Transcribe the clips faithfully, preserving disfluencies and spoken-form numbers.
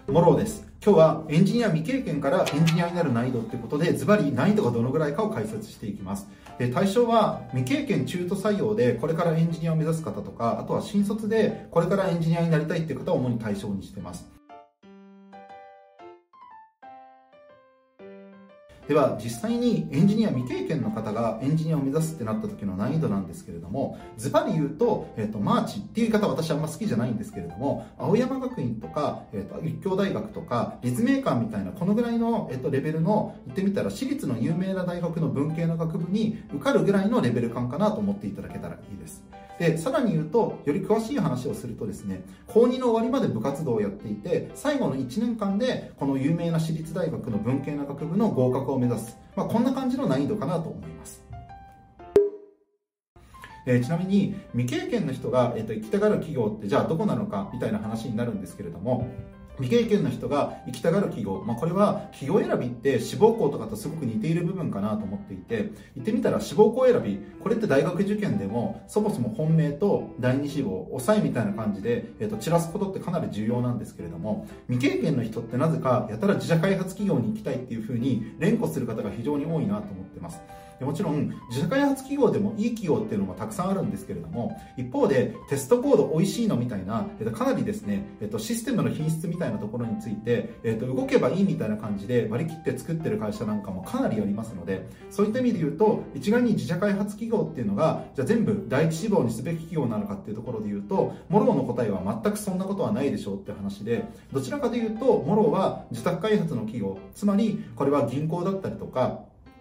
モローです。今日はエンジニア未経験からエンジニアになる難易度ということで、ズバリ難易度がどのぐらいかを解説していきます。で、対象は未経験中途採用でこれからエンジニアを目指す方とか、あとは新卒でこれからエンジニアになりたいっていう方を主に対象にしています。では実際にエンジニア未経験の方がエンジニアを目指すってなった時の難易度なんですけれども、ズバリ言うと、えっと、マーチっていう言い方は私はあんま好きじゃないんですけれども、青山学院とか、えっと、立教大学とか立命館みたいなこのぐらいの、えっと、レベルの言ってみたら私立の有名な大学の文系の学部に受かるぐらいのレベル感かなと思っていただけたらいいです。で、さらに言うと、より詳しい話をするとですね、高にの終わりまで部活動をやっていて、最後のいちねんかんで、この有名な私立大学の文系な学部の合格を目指す。まあ、こんな感じの難易度かなと思います。えー、ちなみに、未経験の人が、えーと、行きたがる企業って、じゃあどこなのか、みたいな話になるんですけれども、未経験の人が行きたがる企業、まあ、これは企業選びって志望校とかとすごく似ている部分かなと思っていて、言ってみたら志望校選び、これって大学受験でもそもそも本命と第二志望、抑えみたいな感じで、えーと、散らすことってかなり重要なんですけれども、未経験の人ってなぜかやたら自社開発企業に行きたいっていうふうに連呼する方が非常に多いなと思ってます。もちろん自社開発企業でもいい企業っていうのもたくさんあるんですけれども、一方でテストコード美味しいのみたいな、かなりですね、システムの品質みたいなところについて動けばいいみたいな感じで割り切って作ってる会社なんかもかなりありますので、そういった意味で言うと一概に自社開発企業っていうのがじゃあ全部第一志望にすべき企業なのかっていうところで言うと、モローの答えは全くそんなことはないでしょうって話で、どちらかというとモローは自宅開発の企業、つまりこれは銀行だったりとか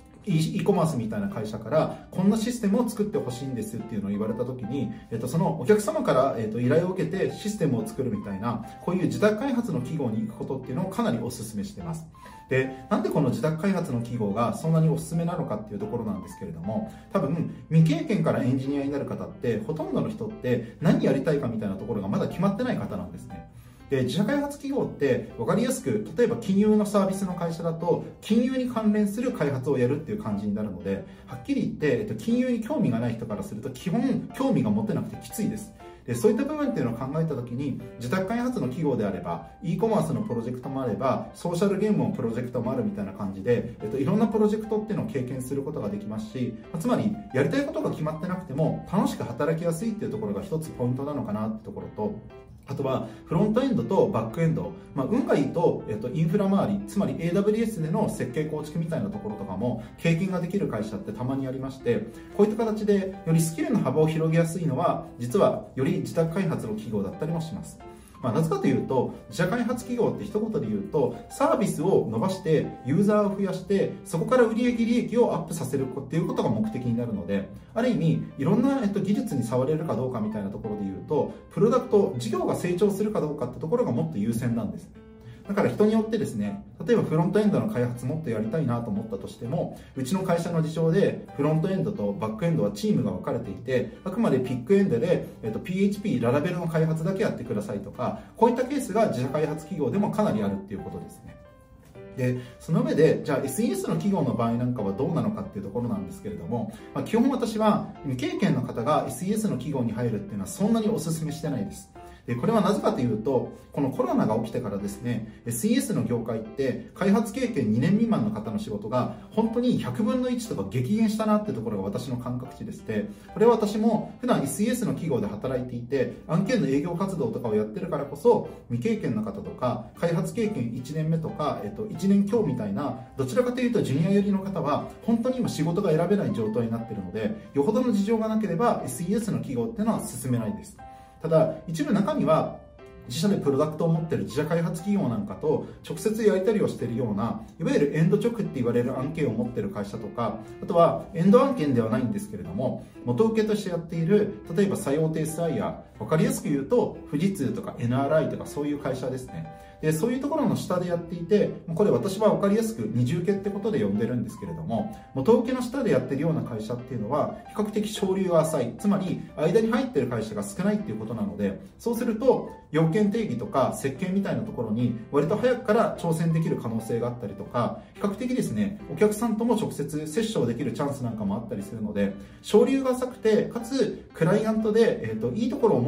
e コマースみたいな会社からこんなシステムを作ってほしいんですっていうのを言われた時に、えっと、そのお客様から、えっと、依頼を受けてシステムを作るみたいな、こういう自宅開発の企業に行くことっていうのをかなりお勧めしています。で、なんでこの自宅開発の企業がそんなにお勧めなのかっていうところなんですけれども、多分未経験からエンジニアになる方ってほとんどの人って何やりたいかみたいなところがまだ決まってない方なんですね。で、自社開発企業って分かりやすく、例えば金融のサービスの会社だと金融に関連する開発をやるっていう感じになるので、はっきり言って、えっと、金融に興味がない人からすると基本興味が持てなくてきついです。で、そういった部分っていうのを考えたときに、自宅開発の企業であれば e コマースのプロジェクトもあればソーシャルゲームのプロジェクトもあるみたいな感じで、えっと、いろんなプロジェクトっていうのを経験することができますし、つまりやりたいことが決まってなくても楽しく働きやすいっていうところが一つポイントなのかなってところと、あとはフロントエンドとバックエンド、まあ、運がいいと、えっと、インフラ周り、つまり エーダブリューエス での設計構築みたいなところとかも経験ができる会社ってたまにありまして、こういった形でよりスキルの幅を広げやすいのは実はより自宅開発の企業だったりもします。まあ、なぜかというと、自社開発企業って一言で言うと、サービスを伸ばしてユーザーを増やしてそこから売上利益をアップさせるっていうことが目的になるので、ある意味いろんな、えっと、技術に触れるかどうかみたいなところで言うと、プロダクト事業が成長するかどうかってところがもっと優先なんですね。だから人によってですね、例えばフロントエンドの開発もっとやりたいなと思ったとしても、うちの会社の事情でフロントエンドとバックエンドはチームが分かれていて、あくまでピックエンドで、えっと、ピーエイチピー、ララベルの開発だけやってくださいとか、こういったケースが自社開発企業でもかなりあるっていうことですね。で、その上で、じゃあ エスイーエス の企業の場合なんかはどうなのかっていうところなんですけれども、まあ、基本私は未経験の方が エスイーエス の企業に入るっていうのはそんなにお勧めしてないです。で、これはなぜかというと、このコロナが起きてからですね、エスイーエス の業界って開発経験にねん未満の方の仕事が本当にひゃくぶんのいちとか激減したなっていうところが私の感覚値でして、これは私も普段 エスイーエス の企業で働いていて案件の営業活動とかをやってるからこそ、未経験の方とか開発経験いちねんめとか、えっと、いちねん強みたいな、どちらかというとジュニア寄りの方は本当に今仕事が選べない状態になっているので、よほどの事情がなければ エスイーエス の企業っていうのは進めないです。ただ一部中には自社でプロダクトを持っている自社開発企業なんかと直接やり取りをしているような、いわゆるエンド直って言われる案件を持っている会社とか、あとはエンド案件ではないんですけれども元請けとしてやっている、例えば作用テスアイや、分かりやすく言うと富士通とか エヌアールアイ とかそういう会社ですね。で、そういうところの下でやっていて、これ私は分かりやすく二重受けってことで呼んでるんですけれども、元請けの下でやってるような会社っていうのは比較的省流が浅い、つまり間に入ってる会社が少ないっていうことなので、そうすると要件定義とか設計みたいなところに割と早くから挑戦できる可能性があったりとか、比較的ですね、お客さんとも直接接触できるチャンスなんかもあったりするので、省流が浅くてかつクライアントで、えーと、いいところを持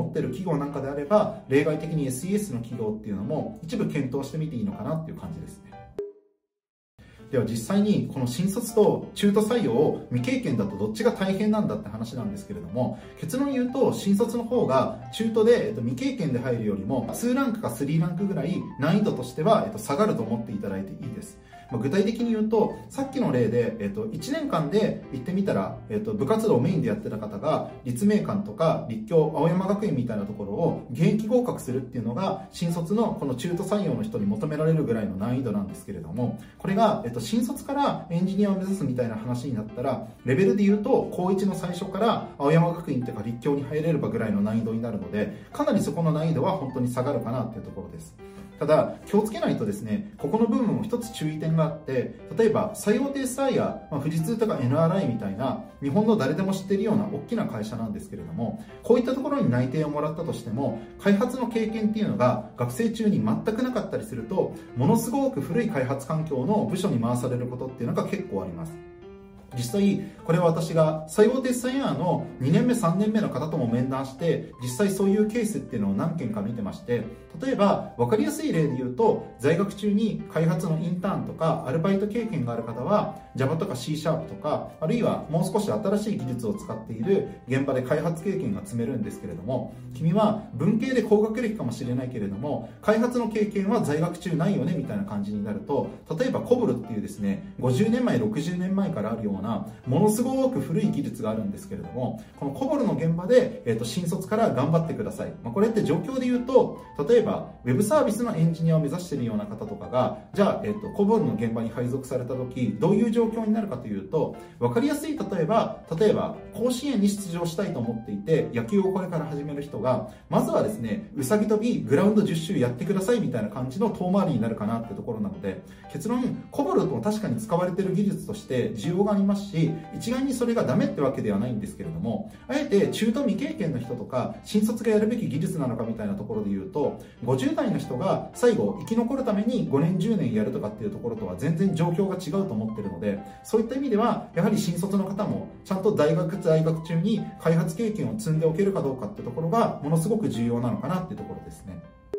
持っている企業なんかであれば、例外的に エスイーエス の企業っていうのも一部検討してみていいのかなっていう感じですね。では実際にこの新卒と中途採用を未経験だとどっちが大変なんだって話なんですけれども、結論言うと新卒の方が中途で、えっと、未経験で入るよりもにランクかさんランクぐらい難易度としては、えっと、下がると思っていただいていいです。まあ、具体的に言うと、さっきの例で、えっと、いちねんかんで行ってみたら、えっと、部活動をメインでやってた方が立命館とか立教、青山学院みたいなところを現役合格するっていうのが新卒のこの中途採用の人に求められるぐらいの難易度なんですけれども、これが、えっと、新卒からエンジニアを目指すみたいな話になったら、レベルで言うと高いちの最初から青山学院とか立教に入れればぐらいの難易度になるので、かなりそこの難易度は本当に下がるかなっていうところです。ただ気をつけないとですね、ここの部分も一つ注意点があって、例えば最大手 エスアイ や、まあ、富士通とか エヌアールアイ みたいな日本の誰でも知っているような大きな会社なんですけれども、こういったところに内定をもらったとしても開発の経験っていうのが学生中に全くなかったりすると、ものすごく古い開発環境の部署に回されることっていうのが結構あります。実際これは私が最大手 エスアイアール のにねんめさんねんめの方とも面談して、実際そういうケースっていうのを何件か見てまして、例えば分かりやすい例で言うと、在学中に開発のインターンとかアルバイト経験がある方は Java とか C シャープとか、あるいはもう少し新しい技術を使っている現場で開発経験が積めるんですけれども、君は文系で高学歴かもしれないけれども開発の経験は在学中ないよねみたいな感じになると、例えばコブルっていうですね、ごじゅうねんまえろくじゅうねんまえからあるようなものすごく古い技術があるんですけれども、このコボルの現場で、えー、と新卒から頑張ってください。まあ、これって状況で言うと、例えばウェブサービスのエンジニアを目指しているような方とかが、じゃあ、えー、とコボルの現場に配属された時どういう状況になるかというと、分かりやすい例えば例えば甲子園に出場したいと思っていて野球をこれから始める人が、まずはですね、うさぎ跳びグラウンドじゅっ周やってくださいみたいな感じの遠回りになるかなってところなので、結論コボルも確かに使われている技術として需要がありますし、一概にそれがダメってわけではないんですけれども、あえて中途未経験の人とか新卒がやるべき技術なのかみたいなところで言うと、ごじゅう代の人が最後生き残るためにごねんじゅうねんやるとかっていうところとは全然状況が違うと思ってるので、そういった意味ではやはり新卒の方もちゃんと大学在学中に開発経験を積んでおけるかどうかっていうところがものすごく重要なのかなっていうところですね。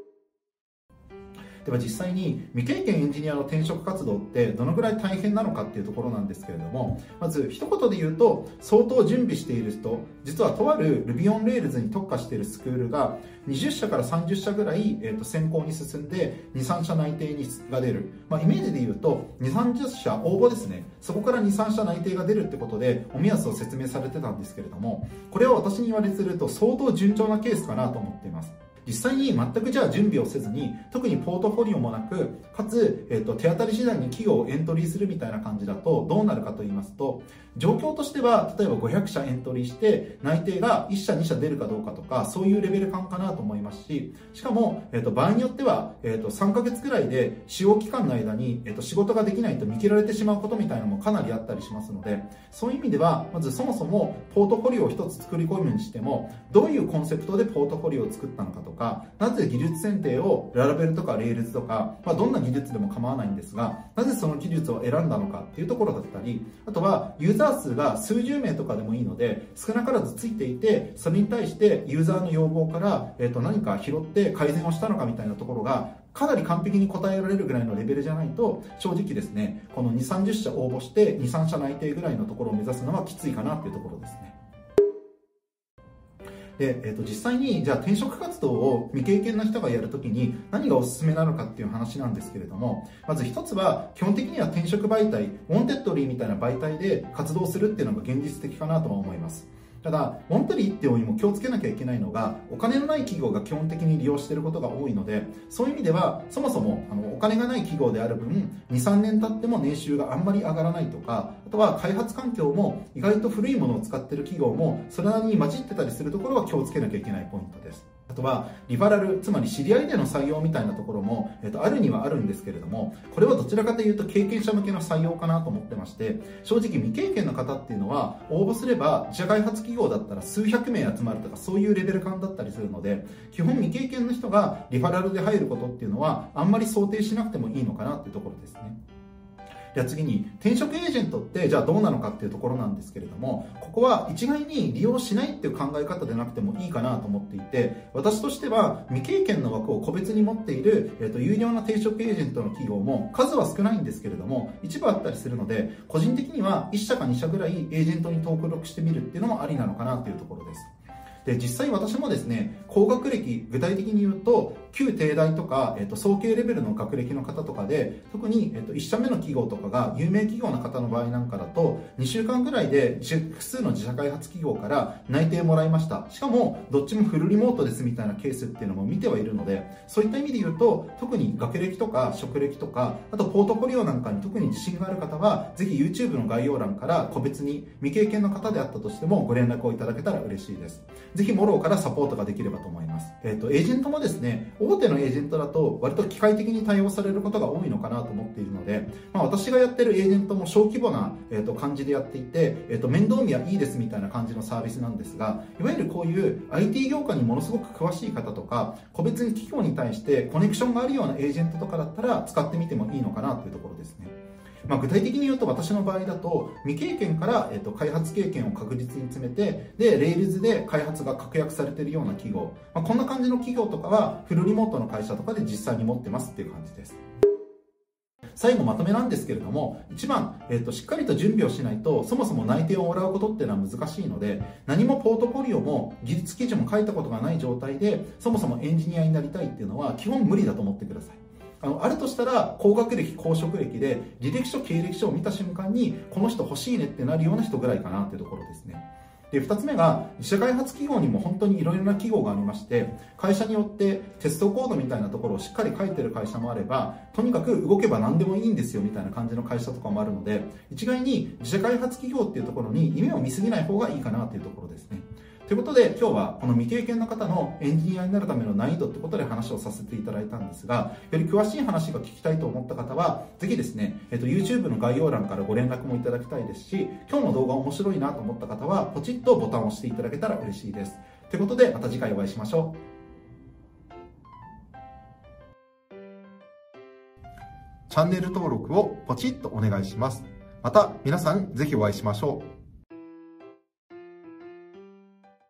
では実際に未経験エンジニアの転職活動ってどのぐらい大変なのかっていうところなんですけれども、まず一言で言うと、相当準備している人、実はとある Ruby on Rails に特化しているスクールがにじゅっしゃからさんじゅっしゃぐらい、えー、と選考に進んでに、さん社内定にが出る、まあ、イメージで言うとに、さんじゅっ社応募ですね、そこからに、さん社内定が出るってことでお目安を説明されてたんですけれども、これは私に言われてると相当順調なケースかなと思っています。実際に全くじゃあ準備をせずに、特にポートフォリオもなく、かつ、えー、と手当たり次第に企業をエントリーするみたいな感じだとどうなるかと言いますと、状況としては例えばごひゃく社エントリーして内定がいっ社に社出るかどうかとか、そういうレベル感かなと思いますし、しかも、えー、と場合によっては、えー、とさんかげつくらいで使用期間の間に、えー、と仕事ができないと見切られてしまうことみたいなのもかなりあったりしますので、そういう意味ではまずそもそもポートフォリオを一つ作り込むにしても、どういうコンセプトでポートフォリオを作ったのかとか、なぜ技術選定をララベルとかレールズとか、まあ、どんな技術でも構わないんですが、なぜその技術を選んだのかっていうところだったり、あとはユーザー数が数十名とかでもいいので少なからずついていて、それに対してユーザーの要望から、えー、と何か拾って改善をしたのかみたいなところがかなり完璧に答えられるぐらいのレベルじゃないと、正直ですね、このに、さんじゅっ社応募してに、さん社内定ぐらいのところを目指すのはきついかなっていうところですね。で、えー、と実際にじゃあ転職活動を未経験な人がやるときに何がおすすめなのかっていう話なんですけれども、まず一つは基本的には転職媒体、ウォンテッドリーみたいな媒体で活動するっていうのが現実的かなとは思います。ただ、ウォンテリーっていうのにも気をつけなきゃいけないのが、お金のない企業が基本的に利用していることが多いので、そういう意味ではそもそもあのお金がない企業である分、に、さんねん経っても年収があんまり上がらないとか、あとは開発環境も意外と古いものを使っている企業もそれなりに混じってたりするところは気をつけなきゃいけないポイントです。あとはリファラル、つまり知り合いでの採用みたいなところも、えっと、あるにはあるんですけれども、これはどちらかというと経験者向けの採用かなと思ってまして、正直未経験の方っていうのは応募すれば自社開発企業だったら数百名集まるとか、そういうレベル感だったりするので、基本未経験の人がリファラルで入ることっていうのはあんまり想定しなくてもいいのかなっていうところですね。 では次に、転職エージェントってじゃあどうなのかっていうところなんですけれども、ここは一概に利用しないっていう考え方でなくてもいいかなと思っていて、私としては未経験の枠を個別に持っている、えーと、有料な転職エージェントの企業も数は少ないんですけれども、一部あったりするので、個人的にはいっしゃかにしゃぐらいエージェントに登録してみるっていうのもありなのかなというところです。で、実際私もですね、高学歴、具体的に言うと、旧帝大とか、えっと、早慶レベルの学歴の方とかで、特に、えっと、いっ社目の企業とかが有名企業の方の場合なんかだと、にしゅうかんぐらいで複数の自社開発企業から内定もらいました。しかも、どっちもフルリモートですみたいなケースっていうのも見てはいるので、そういった意味で言うと、特に学歴とか職歴とか、あとポートフォリオなんかに特に自信がある方は、ぜひ YouTube の概要欄から個別に未経験の方であったとしてもご連絡をいただけたら嬉しいです。ぜひ、モローからサポートができればと思います。えっと、エージェントもですね、大手のエージェントだと割と機械的に対応されることが多いのかなと思っているので、まあ、私がやってるエージェントも小規模な、えっと、感じでやっていて、えっと、面倒見はいいですみたいな感じのサービスなんですが、いわゆるこういう アイティー 業界にものすごく詳しい方とか、個別に企業に対してコネクションがあるようなエージェントとかだったら使ってみてもいいのかなというところですね。まあ、具体的に言うと私の場合だと未経験から、えっと、開発経験を確実に詰めて、で Rails で開発が確約されているような企業、まあ、こんな感じの企業とかはフルリモートの会社とかで実際に持ってますっていう感じです。最後まとめなんですけれども、一番、えっと、しっかりと準備をしないとそもそも内定をもらうことっていうのは難しいので、何もポートフォリオも技術記事も書いたことがない状態でそもそもエンジニアになりたいっていうのは基本無理だと思ってください。あの、あるとしたら、高学歴、高職歴で、履歴書、経歴書を見た瞬間に、この人欲しいねってなるような人ぐらいかなっていうところですね。で、二つ目が、自社開発企業にも本当にいろいろな企業がありまして、会社によってテストコードみたいなところをしっかり書いてる会社もあれば、とにかく動けば何でもいいんですよみたいな感じの会社とかもあるので、一概に自社開発企業っていうところに夢を見すぎない方がいいかなっていうところですね。ということで今日はこの未経験の方のエンジニアになるための難易度ってことで話をさせていただいたんですが、より詳しい話が聞きたいと思った方はぜひですね、えっと、YouTube の概要欄からご連絡もいただきたいですし、今日の動画面白いなと思った方はポチッとボタンを押していただけたら嬉しいです。ということでまた次回お会いしましょう。チャンネル登録をポチッとお願いします。また皆さんぜひお会いしましょう。